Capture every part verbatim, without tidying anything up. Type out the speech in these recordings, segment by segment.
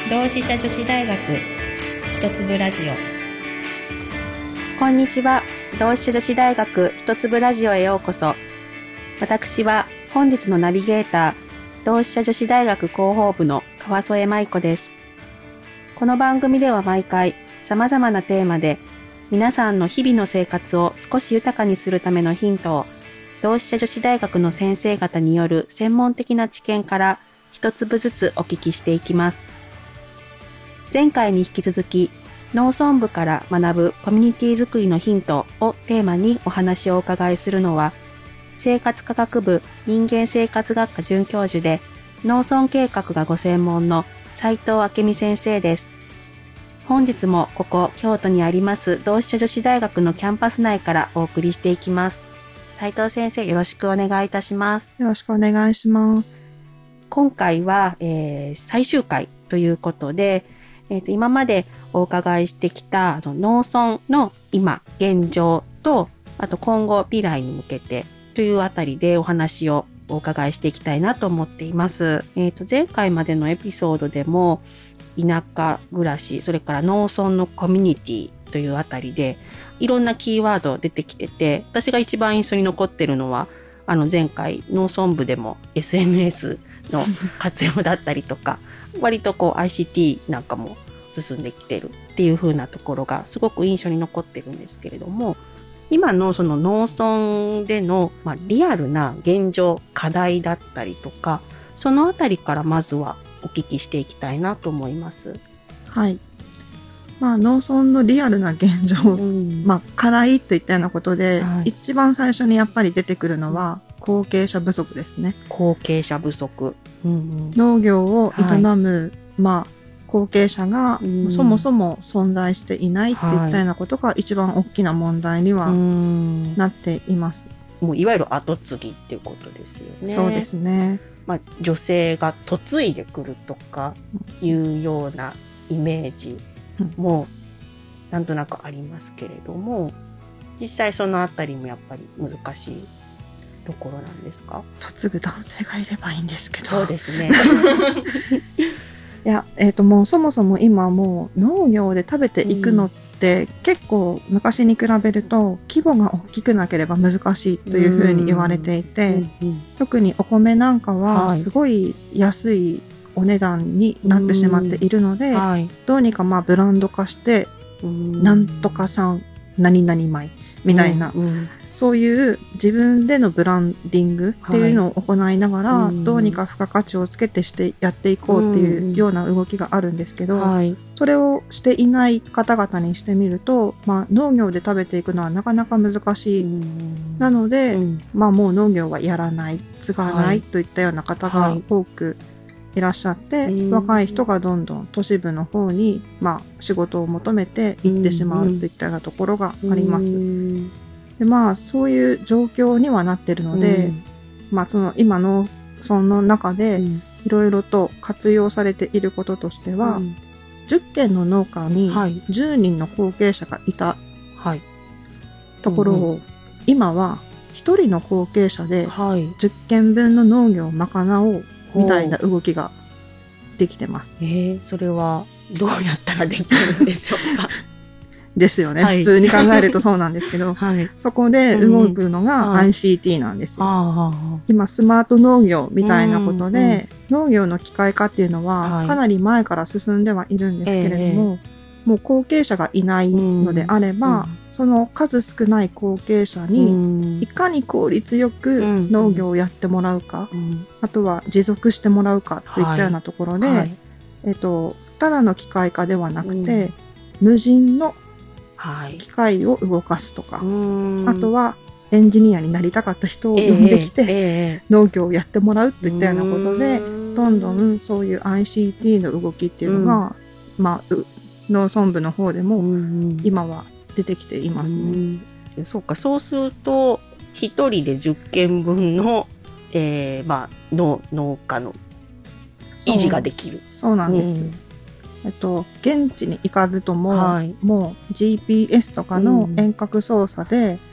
同志社女子大学一粒ラジオ。 こんにちは。同志社女子大学一粒ラジオへようこそ。私は本日のナビゲーター、同志社女子大学広報部の川添舞子です。この番組では毎回様々なテーマで皆さんの日々の生活を少し豊かにするためのヒントを同志社女子大学の先生方による専門的な知見から一粒ずつお聞きしていきます。前回に引き続き農村部から学ぶコミュニティづくりのヒントをテーマにお話をお伺いするのは、生活科学部人間生活学科准教授で農村計画がご専門の斉藤明美先生です。本日もここ京都にあります同志社女子大学のキャンパス内からお送りしていきます。斉藤先生、よろしくお願いいたします。 よろしくお願いします。 今回は、えー、最終回ということで、えーと、今までお伺いしてきたあの農村の今現状と、あと今後未来に向けてというあたりでお話をお伺いしていきたいなと思っています。えーと、前回までのエピソードでも田舎暮らし、それから農村のコミュニティというあたりでいろんなキーワード出てきてて、私が一番印象に残ってるのはあの前回農村部でも エスエヌエス の活用だったりとか割とこう アイシーティー なんかも進んできてるっていう風なところがすごく印象に残ってるんですけれども、今のその農村での、まあ、リアルな現状課題だったりとか、そのあたりからまずはお聞きしていきたいなと思います。 はい。まあ農村のリアルな現状、うん、まあ課題といったようなことで、はい、一番最初にやっぱり出てくるのは後継者不足ですね。 後継者不足。 うんうん、農業を営む、はい、まあ後継者がそもそも存在していないっていったようなことが一番大きな問題にはなっています。 もういわゆる後継ぎっていうことですよね。 そうですね。 まあ、女性が嫁いでくるとかいうようなイメージもなんとなくありますけれども、実際そのあたりもやっぱり難しいところなんですか？ 嫁ぐ男性がいればいいんですけど。 そうですね。 いや、えっともうそもそも今もう農業で食べていくのって結構昔に比べると規模が大きくなければ難しいというふうに言われていて、うんうん、特にお米なんかはすごい安いお値段になってしまっているので、はい、どうにかまあブランド化してなんとか産何々米みたいな、うんうん、そういう自分でのブランディングっていうのを行いながら、はい、どうにか付加価値をつけてしてやっていこうっていうような動きがあるんですけど、はい、それをしていない方々にしてみると、まあ、農業で食べていくのはなかなか難しい。なので、うん、まあ、もう農業はやらない、継がない、はい、といったような方が多くいらっしゃって、はい、若い人がどんどん都市部の方に、まあ、仕事を求めて行ってしまうといったようなところがあります。でまあ、そういう状況にはなっているので、うん、まあ、その今のその中でいろいろと活用されていることとしては、うん、じゅっけんの農家にじゅうにんの後継者がいたところを、はいうんうん、今はひとりの後継者でじゅっけんぶんの農業を賄おうみたいな動きができてます。 えー、それはどうやったらできるんでしょうか？ ですよね、はい、普通に考えるとそうなんですけど、はい、そこで動くのが アイシーティー なんですよ、はい、今スマート農業みたいなことで、うんうん、農業の機械化っていうのはかなり前から進んではいるんですけれども、はい、もう後継者がいないのであれば、うんうん、その数少ない後継者にいかに効率よく農業をやってもらうか、うんうん、あとは持続してもらうかといったようなところで、はいはい、えっと、ただの機械化ではなくて、うん、無人の機械を動かすとか、はい、あとはエンジニアになりたかった人を呼んできて、えーえー、農業をやってもらうといったようなことで、どんどんそういう アイシーティー の動きっていうのが、うん、まあ、農村部の方でも今は出てきていますね。 うん、そうか、そうするとひとりでじゅっけんぶんの、えーまあ、農農家の維持ができる。 そうなんです。うん、えっと、現地に行かずとも、はい、もう ジーピーエス とかの遠隔操作で機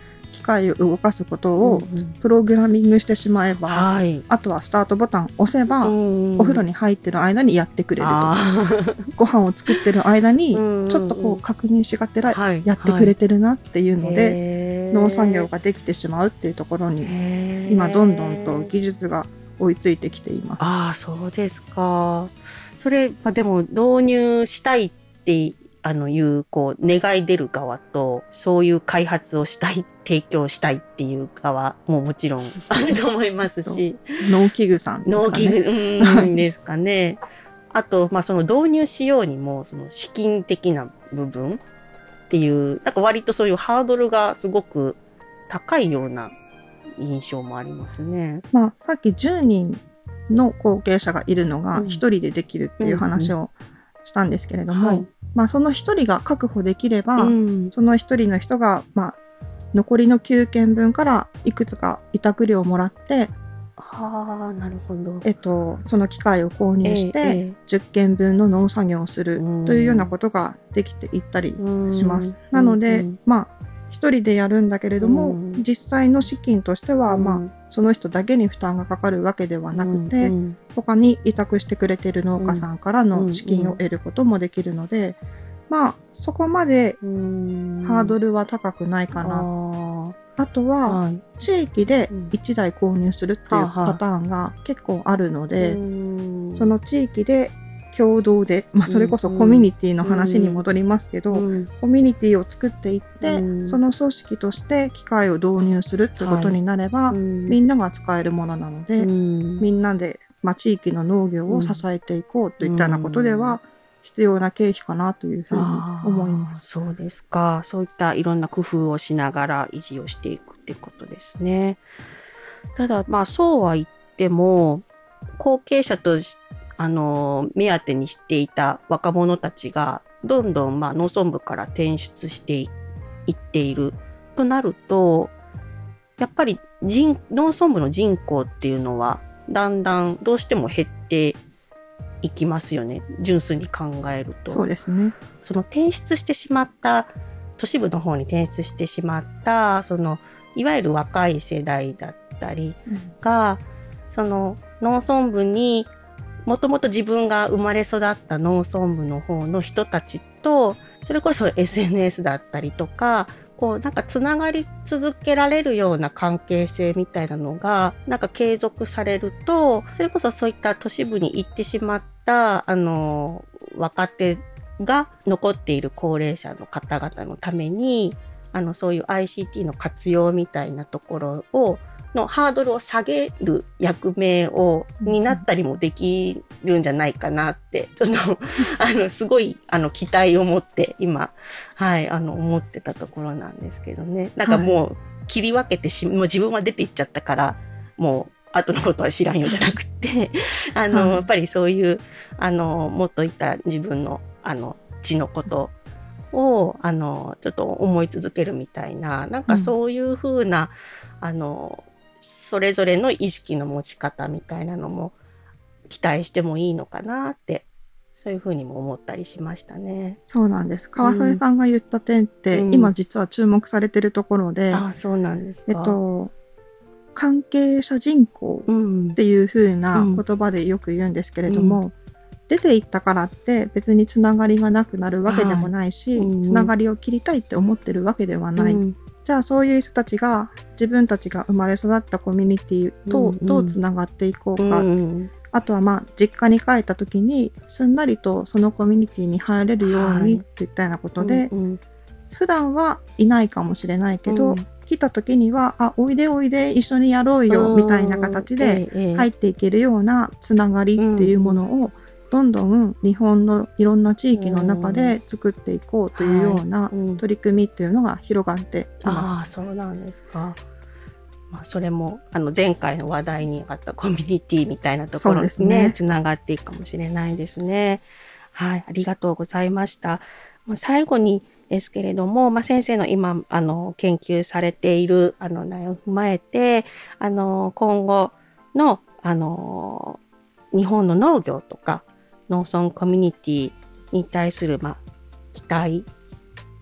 械を動かすことをうんうんプログラミングしてしまえば、 はい、 あとはスタートボタンを押せば、 うんうん、 お風呂に入ってる間にやってくれるとか、ご飯を作ってる間にちょっとこう確認しがてらやってくれてるなっていうので、農作業ができてしまうっていうところに今どんどんと技術が追いついてきています。 ああ、そうですか。それ、まあ、でも導入したいってあのいうこう願い出る側と、そういう開発をしたい、提供したいっていう側ももちろんあると思いますし、 農機具さんですかね。 農機具うんですかね。あと、まあ、その導入しようにもその資金的な部分っていう、なんか割とそういうハードルがすごく高いような印象もありますね。 まあ、さっきじゅうにんの後継者がいるのがひとりでできるっていう話をしたんですけれども、 うんうんはい、 まあ、そのひとりが確保できれば、 うん、 そのひとりの人が、まあ、残りのきゅうけんぶんからいくつか委託料をもらって、 ああ、なるほど。 えっと、その機械を購入して、 ええ、 じゅっけんぶんの農作業をするというようなことができていったりします。なので、まあ、一人でやるんだけれども、実際の資金としては、まあ、その人だけに負担がかかるわけではなくて、他に委託してくれている農家さんからの資金を得ることもできるので、まあ、そこまでハードルは高くないかな。あとは、地域でいちだい購入するっていうパターンが結構あるので、その地域で共同で、まあ、それこそコミュニティの話に戻りますけど、コミュニティを作っていって、その組織として機械を導入するってことになれば、みんなが使えるものなので、みんなで、まあ、地域の農業を支えていこうといったようなことでは、必要な経費かなというふうに思います。 そうですか。そういったいろんな工夫をしながら維持をしていくってことですね。ただ、まあそうは言っても、後継者とあの目当てにしていた若者たちがどんどんまあ農村部から転出していっているとなると、やっぱり人農村部の人口っていうのはだんだんどうしても減っていきますよね。純粋に考えると。 そうですね。 その転出してしまった都市部の方に転出してしまったそのいわゆる若い世代だったりが、うん、その農村部にもともと自分が生まれ育った農村部の方の人たちと、それこそ エスエヌエス だったりとか、こうなんかつながり続けられるような関係性みたいなのがなんか継続されると、それこそそういった都市部に行ってしまったあの若手が残っている高齢者の方々のために、あのそういう アイシーティー の活用みたいなところをのハードルを下げる役目を担ったりもできるんじゃないかなって、ちょっとあのすごいあの期待を持って今、はい、あの思ってたところなんですけどね。なんかもう切り分けてし、もう自分は出ていっちゃったからもう後のことは知らんよじゃなくてあの、はい、やっぱりそういうあのもっといった自分のあの地のことをあのちょっと思い続けるみたいな、なんかそういう風な、うん、あのそれぞれの意識の持ち方みたいなのも期待してもいいのかなって、そういう風にも思ったりしましたね。 そうなんです。川添さんが言った点って、うん、今実は注目されてるところで、 あ、そうなんですか。 えっと関係者人口っていう風な言葉でよく言うんですけれども、うんうん、出ていったからって別につながりがなくなるわけでもないし、はい、うんうん、つながりを切りたいって思ってるわけではない、うん、じゃあそういう人たちが自分たちが生まれ育ったコミュニティとどうつながっていこうか、うんうん、あとはまあ実家に帰った時にすんなりとそのコミュニティに入れるようにっていったようなことで、はい、うんうん、普段はいないかもしれないけど、うん、来た時にはあおいでおいで一緒にやろうよみたいな形で入っていけるようなつながりっていうものをどんどん日本のいろんな地域の中で作っていこうというような取り組みっていうのが広がっています。 うん、ああ、そうなんですか。まあ、それもあの前回の話題にあったコミュニティみたいなところにね、つながっていくかもしれないですね。はい、ありがとうございました。まあ、最後にですけれども、まあ、先生の今あの研究されているあの内容を踏まえて、あの今後のあの日本の農業とか農村コミュニティに対する、まあ、期待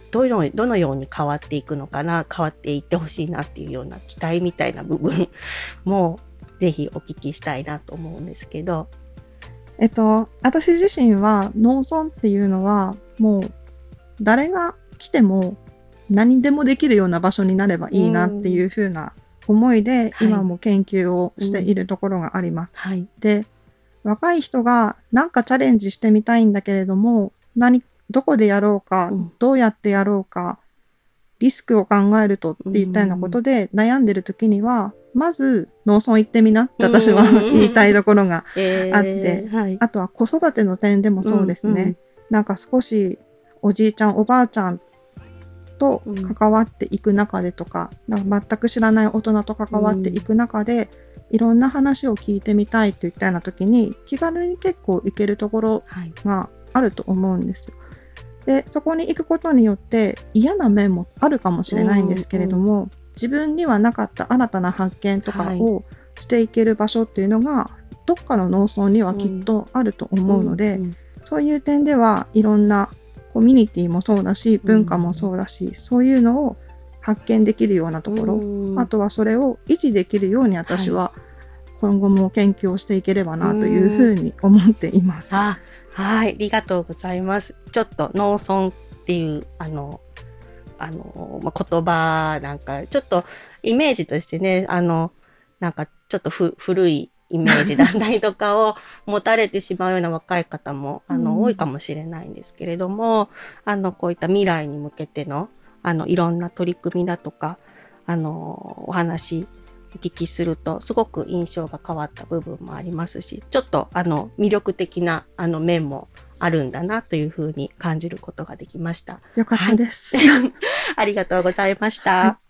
どの、どのように変わっていくのかな、変わっていってほしいなっていうような期待みたいな部分もぜひお聞きしたいなと思うんですけど。 えっと、私自身は農村っていうのはもう誰が来ても何でもできるような場所になればいいなっていう風な思いで今も研究をしているところがあります。 はい、 で、若い人がなんかチャレンジしてみたいんだけれども、何、どこでやろうか、うん、どうやってやろうか、リスクを考えるとっていったようなことで悩んでる時には、まず農村行ってみなって私は言いたいところがあって、えーはい、あとは子育ての点でもそうですね。うんうん、なんか少しおじいちゃんおばあちゃんと関わっていく中でとか、うん、なんか全く知らない大人と関わっていく中で、うん、いろんな話を聞いてみたいといったような時に気軽に結構行けるところがあると思うんですよ。で、そこに行くことによって嫌な面もあるかもしれないんですけれども、うんうん、自分にはなかった新たな発見とかをしていける場所っていうのが、はい、どっかの農村にはきっとあると思うので、うんうんうん、そういう点ではいろんなコミュニティもそうだし、文化もそうだし、うん、そういうのを発見できるようなところ、うん、あとはそれを維持できるように私は今後も研究をしていければなというふうに思っています。 うん、あ、はい、ありがとうございます。ちょっと農村っていうあのあの、まあ、言葉なんかちょっとイメージとしてね、あのなんかちょっとふ古いイメージだったりとかを持たれてしまうような若い方もあの、うん、多いかもしれないんですけれども、あのこういった未来に向けてのあのいろんな取り組みだとかあのお話お聞きするとすごく印象が変わった部分もありますし、ちょっとあの魅力的なあの面もあるんだなというふうに感じることができました。 よかったです。 はい、ありがとうございました。はい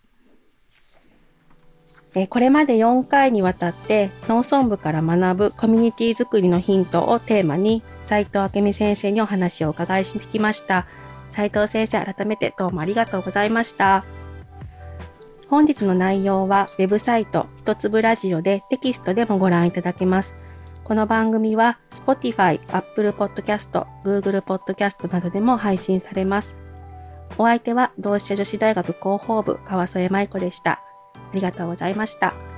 、えこれまでよんかいにわたって農村部から学ぶコミュニティ作りのヒントをテーマに斉藤明美先生にお話をお伺いしてきました。斉藤先生、改めてどうもありがとうございました。本日の内容はウェブサイト一粒ラジオでテキストでもご覧いただけます。この番組は Spotify、Apple Podcast、Google Podcast などでも配信されます。お相手は同志社女子大学広報部川添舞子でした。ありがとうございました。